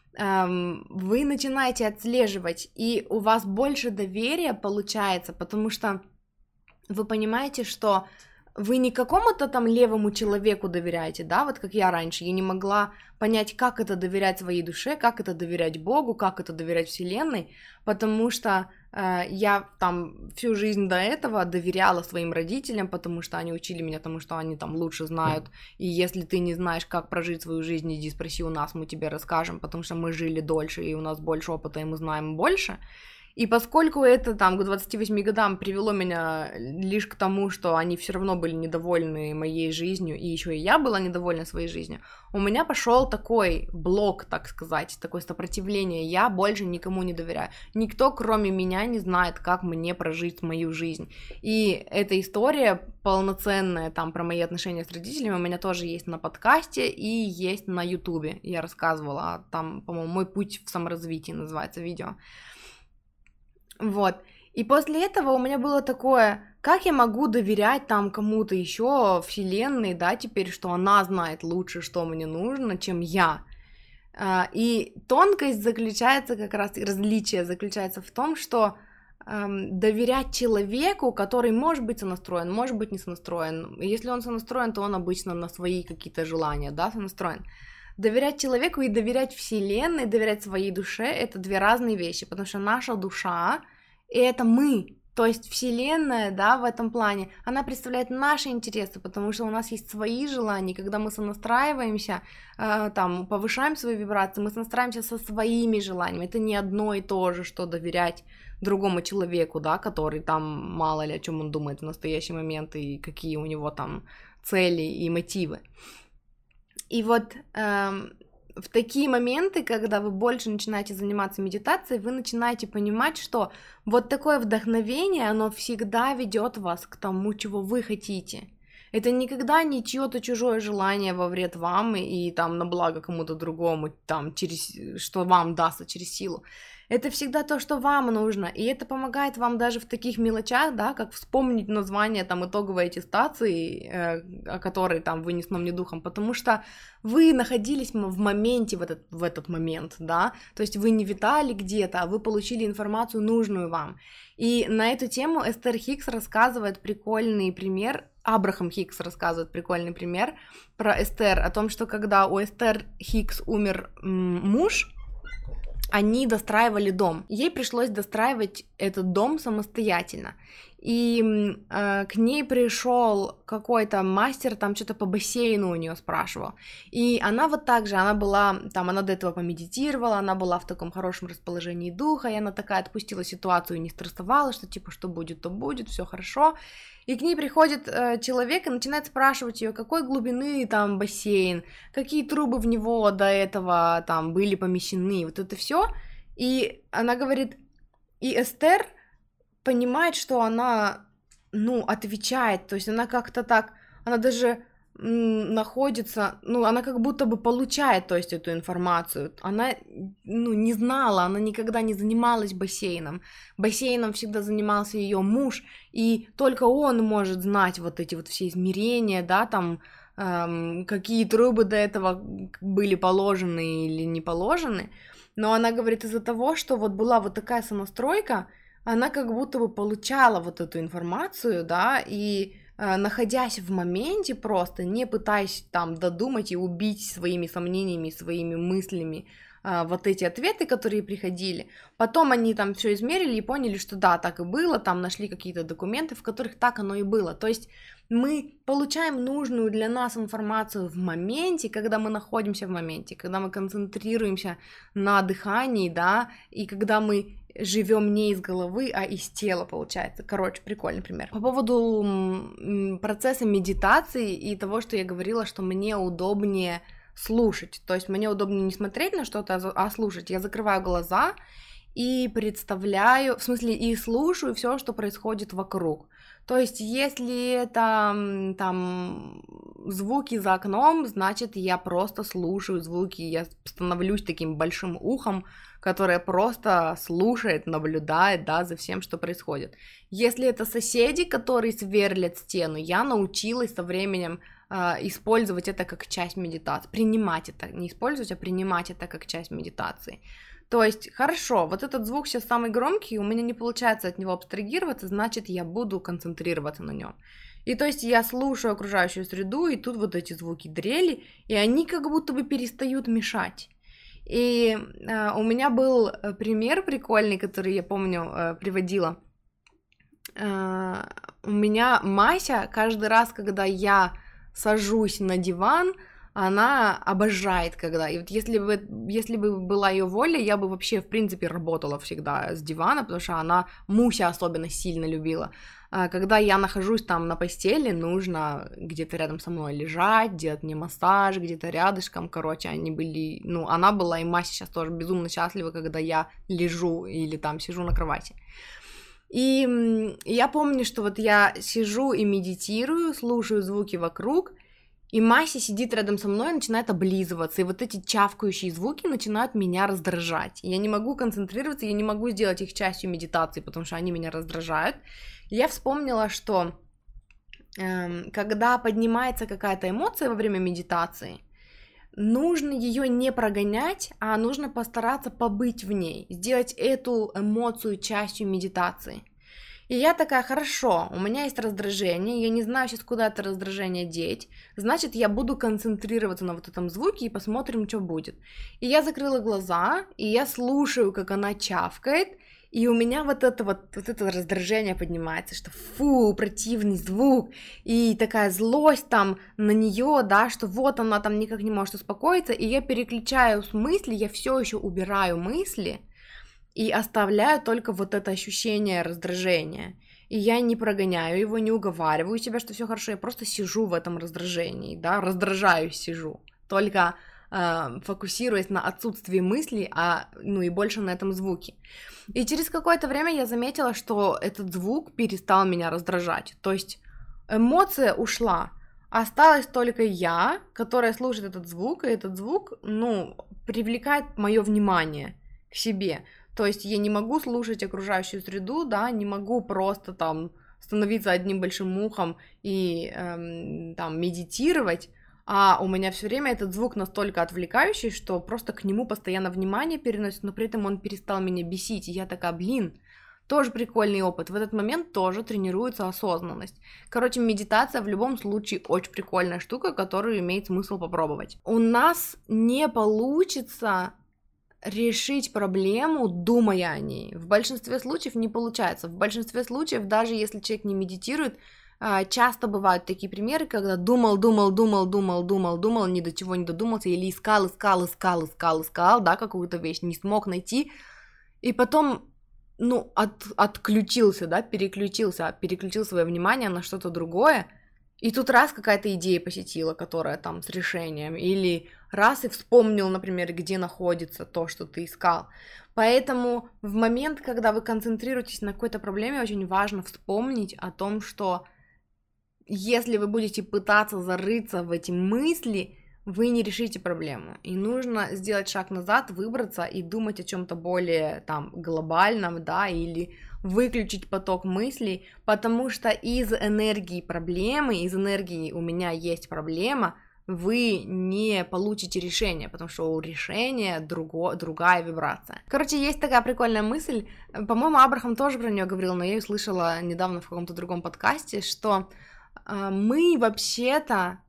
Speaker 1: вы начинаете отслеживать, и у вас больше доверия получается, потому что вы понимаете, что вы не какому-то там левому человеку доверяете, да, вот как я раньше, я не могла понять, как это доверять своей душе, как это доверять Богу, как это доверять Вселенной, потому что я там всю жизнь до этого доверяла своим родителям, потому что они учили меня тому, что они там лучше знают, и если ты не знаешь, как прожить свою жизнь, иди спроси у нас, мы тебе расскажем, потому что мы жили дольше, и у нас больше опыта, и мы знаем больше. И поскольку это там к 28 годам привело меня лишь к тому, что они все равно были недовольны моей жизнью, и еще и я была недовольна своей жизнью, у меня пошел такой блок, так сказать, такое сопротивление. Я больше никому не доверяю. Никто, кроме меня, не знает, как мне прожить мою жизнь. И эта история полноценная там про мои отношения с родителями у меня тоже есть на подкасте и есть на ютубе. Я рассказывала, там, по-моему, «Мой путь в саморазвитии» называется видео. Вот, и после этого у меня было такое, как я могу доверять там кому-то еще, Вселенной, да, теперь, что она знает лучше, что мне нужно, чем я. И тонкость заключается как раз, и различие заключается в том, что доверять человеку, который может быть сонастроен, может быть не сонастроен. Если он сонастроен, то он обычно на свои какие-то желания, да, сонастроен. Доверять человеку и доверять Вселенной, доверять своей душе — это две разные вещи, потому что наша душа — это мы, то есть Вселенная, да, в этом плане, она представляет наши интересы, потому что у нас есть свои желания, когда мы сонастраиваемся, там, повышаем свои вибрации, мы сонастраиваемся со своими желаниями, это не одно и то же, что доверять другому человеку, да, который там мало ли о чем он думает в настоящий момент и какие у него там цели и мотивы. И вот в такие моменты, когда вы больше начинаете заниматься медитацией, вы начинаете понимать, что вот такое вдохновение, оно всегда ведет вас к тому, чего вы хотите. Это никогда не чье-то чужое желание во вред вам и там на благо кому-то другому, там, через, что вам дастся через силу. Это всегда то, что вам нужно, и это помогает вам даже в таких мелочах, да, как вспомнить название там итоговой аттестации, о которой там вы ни сном, ни духом, потому что вы находились в моменте, в этот момент, да, то есть вы не витали где-то, а вы получили информацию нужную вам. И на эту тему Эстер Хикс рассказывает прикольный пример, Абрахам Хикс рассказывает прикольный пример про Эстер, о том, что когда у Эстер Хикс умер муж, они достраивали дом. Ей пришлось достраивать этот дом самостоятельно. И к ней пришел какой-то мастер, там что-то по бассейну у нее спрашивал. И она вот так же, она была, там, она до этого помедитировала, она была в таком хорошем расположении духа, и она такая отпустила ситуацию и не стрессовала, что типа, что будет, то будет, все хорошо. И к ней приходит человек и начинает спрашивать ее, какой глубины там бассейн, какие трубы в него до этого там были помещены, вот это все. И она говорит, и Эстер понимает, что она, отвечает, то есть она как-то так, она даже находится, она как будто бы получает, то есть, эту информацию. Она, не знала, она никогда не занималась бассейном. Бассейном всегда занимался ее муж, и только он может знать вот эти вот все измерения, да, там, какие трубы до этого были положены или не положены. Но она говорит, из-за того, что вот была вот такая сонастройка, она как будто бы получала вот эту информацию, да, и находясь в моменте просто, не пытаясь там додумать и убить своими сомнениями, своими мыслями вот эти ответы, которые приходили. Потом они там все измерили и поняли, что да, так и было, там нашли какие-то документы, в которых так оно и было. То есть мы получаем нужную для нас информацию в моменте, когда мы находимся в моменте, когда мы концентрируемся на дыхании, да, и когда мы живем не из головы, а из тела, получается. Короче, прикольный пример. По поводу процесса медитации и того, что я говорила, что мне удобнее слушать. То есть мне удобнее не смотреть на что-то, а слушать. Я закрываю глаза и представляю, в смысле, и слушаю все, что происходит вокруг. То есть, если это там звуки за окном, значит, я просто слушаю звуки, я становлюсь таким большим ухом, которое просто слушает, наблюдает, да, за всем, что происходит. Если это соседи, которые сверлят стену, я научилась со временем использовать это как часть медитации, принимать это, не использовать, а принимать это как часть медитации. То есть, хорошо, вот этот звук сейчас самый громкий, у меня не получается от него абстрагироваться, значит, я буду концентрироваться на нем. И то есть я слушаю окружающую среду, и тут вот эти звуки дрели, и они как будто бы перестают мешать. И у меня был пример прикольный, который я помню приводила. У меня Мася каждый раз, когда я сажусь на диван, она обожает, когда... И вот если бы была ее воля, я бы вообще, в принципе, работала всегда с дивана, потому что она Муся особенно сильно любила. Когда я нахожусь там на постели, нужно где-то рядом со мной лежать, делать мне массаж, где-то рядышком, короче, они были... Ну, она была, и Мася сейчас тоже безумно счастлива, когда я лежу или там сижу на кровати. И я помню, что вот я сижу и медитирую, слушаю звуки вокруг, и Мася сидит рядом со мной и начинает облизываться, и вот эти чавкающие звуки начинают меня раздражать. И я не могу концентрироваться, я не могу сделать их частью медитации, потому что они меня раздражают. И я вспомнила, что когда поднимается какая-то эмоция во время медитации, нужно ее не прогонять, а нужно постараться побыть в ней, сделать эту эмоцию частью медитации. И я такая, хорошо, у меня есть раздражение, я не знаю сейчас, куда это раздражение деть, значит, я буду концентрироваться на вот этом звуке и посмотрим, что будет. И я закрыла глаза, и я слушаю, как она чавкает, и у меня вот это раздражение поднимается, что фу, противный звук, и такая злость там на нее, да, что вот она там никак не может успокоиться, и я переключаю с мысли, я все еще убираю мысли, и оставляю только вот это ощущение раздражения. И я не прогоняю его, не уговариваю себя, что все хорошо, я просто сижу в этом раздражении, да, раздражаюсь, сижу, только фокусируясь на отсутствии мыслей, и больше на этом звуке. И через какое-то время я заметила, что этот звук перестал меня раздражать, то есть эмоция ушла, осталась только я, которая слушает этот звук, и этот звук, привлекает мое внимание к себе. То есть я не могу слушать окружающую среду, да, не могу просто там становиться одним большим ухом и там медитировать, а у меня все время этот звук настолько отвлекающий, что просто к нему постоянно внимание переносит, но при этом он перестал меня бесить, и я такая, тоже прикольный опыт. В этот момент тоже тренируется осознанность. Короче, медитация в любом случае очень прикольная штука, которую имеет смысл попробовать. У нас не получится решить проблему, думая о ней. В большинстве случаев не получается. В большинстве случаев, даже если человек не медитирует, часто бывают такие примеры, когда думал, ни до чего не додумался, или искал, да, какую-то вещь, не смог найти, и потом, отключился, да, переключил свое внимание на что-то другое, и тут раз какая-то идея посетила, которая там с решением, или раз и вспомнил, например, где находится то, что ты искал. Поэтому в момент, когда вы концентрируетесь на какой-то проблеме, очень важно вспомнить о том, что если вы будете пытаться зарыться в эти мысли, вы не решите проблему. И нужно сделать шаг назад, выбраться и думать о чем-то более там глобальном, да, или выключить поток мыслей, потому что из энергии проблемы, из энергии «у меня есть проблема», вы не получите решение, потому что у решения другая вибрация. Короче, есть такая прикольная мысль, по-моему, Абрахам тоже про нее говорил, но я ее слышала недавно в каком-то другом подкасте, что мы вообще-то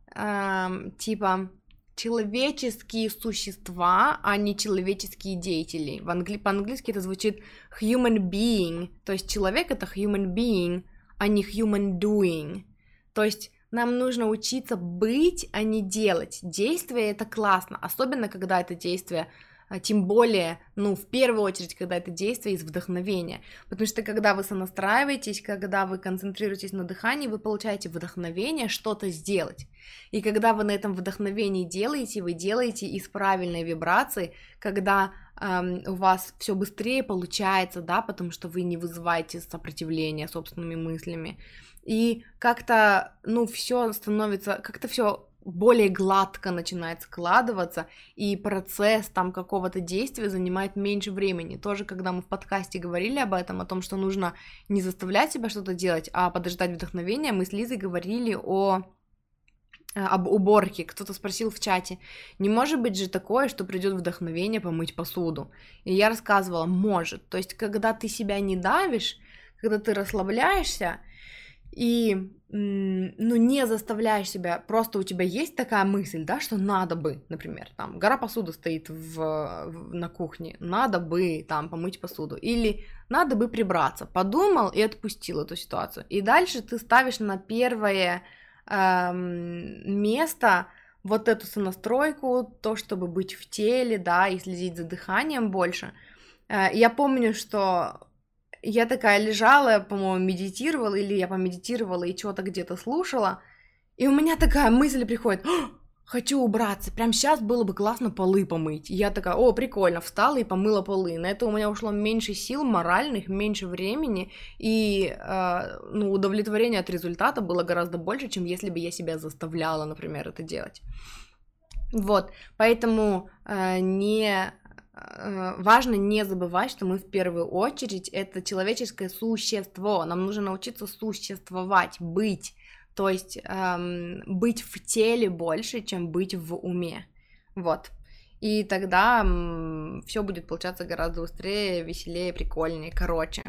Speaker 1: человеческие существа, а не человеческие деятели. По-английски это звучит human being, то есть человек — это human being, а не human doing. То есть нам нужно учиться быть, а не делать. Действие — это классно, особенно когда это действие тем более, в первую очередь, когда это действие из вдохновения, потому что когда вы сонастраиваетесь, когда вы концентрируетесь на дыхании, вы получаете вдохновение что-то сделать, и когда вы на этом вдохновении делаете, вы делаете из правильной вибрации, когда у вас все быстрее получается, да, потому что вы не вызываете сопротивления собственными мыслями, и как-то, все становится, как-то все более гладко начинает складываться, и процесс там какого-то действия занимает меньше времени. Тоже, когда мы в подкасте говорили об этом, о том, что нужно не заставлять себя что-то делать, а подождать вдохновения, мы с Лизой говорили об уборке. Кто-то спросил в чате, не может быть же такое, что придет вдохновение помыть посуду. И я рассказывала, может. То есть, когда ты себя не давишь, когда ты расслабляешься, и, не заставляешь себя, просто у тебя есть такая мысль, да, что надо бы, например, там, гора посуды стоит на кухне, надо бы, там, помыть посуду, или надо бы прибраться, подумал и отпустил эту ситуацию, и дальше ты ставишь на первое место вот эту сонастройку, то, чтобы быть в теле, да, и следить за дыханием больше. Я помню, что я такая лежала, по-моему, медитировала, или я помедитировала и что-то где-то слушала, и у меня такая мысль приходит, хочу убраться, прям сейчас было бы классно полы помыть. И я такая, прикольно, встала и помыла полы. На это у меня ушло меньше сил моральных, меньше времени, и удовлетворение от результата было гораздо больше, чем если бы я себя заставляла, например, это делать. Вот, поэтому важно не забывать, что мы в первую очередь это человеческое существо, нам нужно научиться существовать, быть, то есть быть в теле больше, чем быть в уме, вот, и тогда все будет получаться гораздо быстрее, веселее, прикольнее, короче.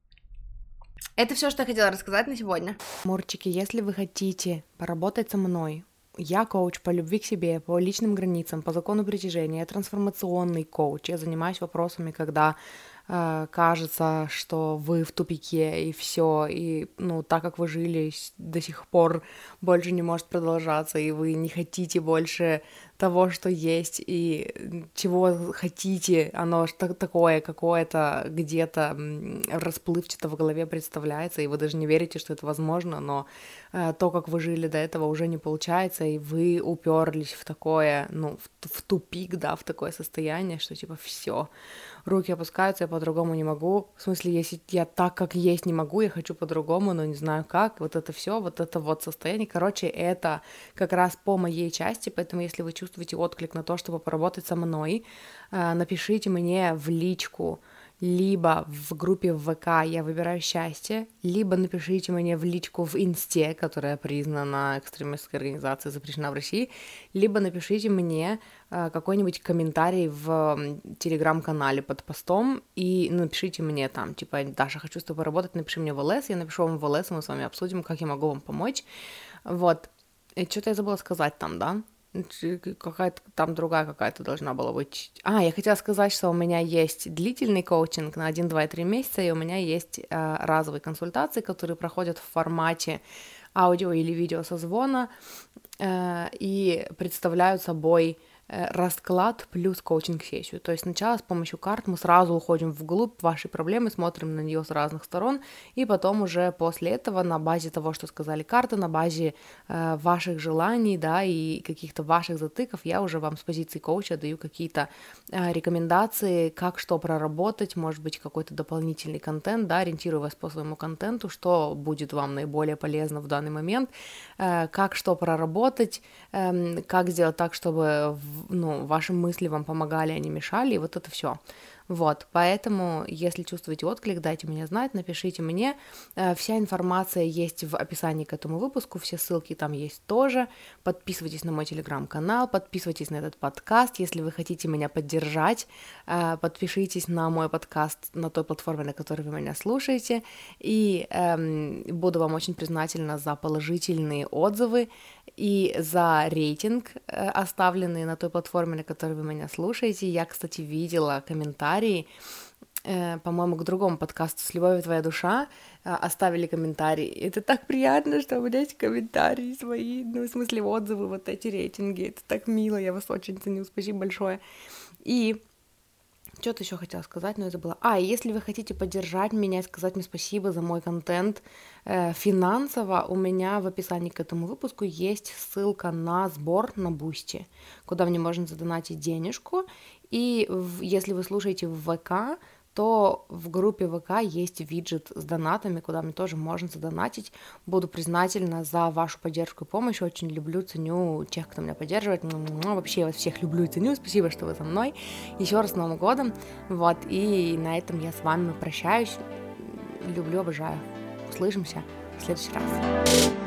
Speaker 1: Это все, что я хотела рассказать на сегодня. Мурчики, если вы хотите поработать со мной, я коуч по любви к себе, по личным границам, по закону притяжения, я трансформационный коуч, я занимаюсь вопросами, когда кажется, что вы в тупике, и все, и, так как вы жили до сих пор, больше не может продолжаться, и вы не хотите больше того, что есть, и чего хотите, оно такое какое-то где-то расплывчато в голове представляется, и вы даже не верите, что это возможно, но то, как вы жили до этого, уже не получается, и вы уперлись в такое, в тупик, да, в такое состояние, что типа все, руки опускаются, я по-другому не могу. В смысле, если я так, как есть, не могу, я хочу по-другому, но не знаю как. Вот это все, вот это вот состояние. Короче, это как раз по моей части, поэтому если вы чувствуете отклик на то, чтобы поработать со мной, напишите мне в личку, либо в группе в ВК «Я выбираю счастье», либо напишите мне в личку в Инсте, которая признана экстремистской организацией, запрещена в России, либо напишите мне какой-нибудь комментарий в Телеграм-канале под постом и напишите мне там, типа, Даша, хочу с тобой работать, напиши мне в ЛС, я напишу вам в ЛС, и мы с вами обсудим, как я могу вам помочь. Вот. И что-то я забыла сказать там, да? Какая-то там другая какая-то должна была быть. Я хотела сказать, что у меня есть длительный коучинг на 1, 2 и 3 месяца, и у меня есть разовые консультации, которые проходят в формате аудио или видео созвона и представляют собой расклад плюс коучинг-сессию. То есть сначала с помощью карт мы сразу уходим вглубь вашей проблемы, смотрим на нее с разных сторон, и потом уже после этого на базе того, что сказали карты, на базе ваших желаний, да, и каких-то ваших затыков, я уже вам с позиции коуча даю какие-то рекомендации, как что проработать, может быть, какой-то дополнительный контент, да, ориентирую вас по своему контенту, что будет вам наиболее полезно в данный момент, как что проработать, как сделать так, чтобы ваши мысли вам помогали, а не мешали, и вот это все. Вот, поэтому, если чувствуете отклик, дайте мне знать, напишите мне. Вся информация есть в описании к этому выпуску, все ссылки там есть тоже. Подписывайтесь на мой телеграм-канал, подписывайтесь на этот подкаст. Если вы хотите меня поддержать, подпишитесь на мой подкаст на той платформе, на которой вы меня слушаете. И буду вам очень признательна за положительные отзывы и за рейтинг, оставленный на той платформе, на которой вы меня слушаете. Я, кстати, видела комментарии, по-моему, к другому подкасту «С любовью твоя душа» оставили комментарий. Это так приятно, что у меня есть комментарии свои, в смысле отзывы, вот эти рейтинги. Это так мило, я вас очень ценю, спасибо большое. И Что-то еще хотела сказать, но я забыла. И если вы хотите поддержать меня и сказать мне спасибо за мой контент финансово, у меня в описании к этому выпуску есть ссылка на сбор на Бусти, куда мне можно задонатить денежку. И если вы слушаете в ВК, то в группе ВК есть виджет с донатами, куда мне тоже можно задонатить. Буду признательна за вашу поддержку и помощь. Очень люблю, ценю тех, кто меня поддерживает. Вообще я вас всех люблю и ценю. Спасибо, что вы со мной. Еще раз с Новым годом. Вот, и на этом я с вами прощаюсь. Люблю, обожаю. Услышимся в следующий раз.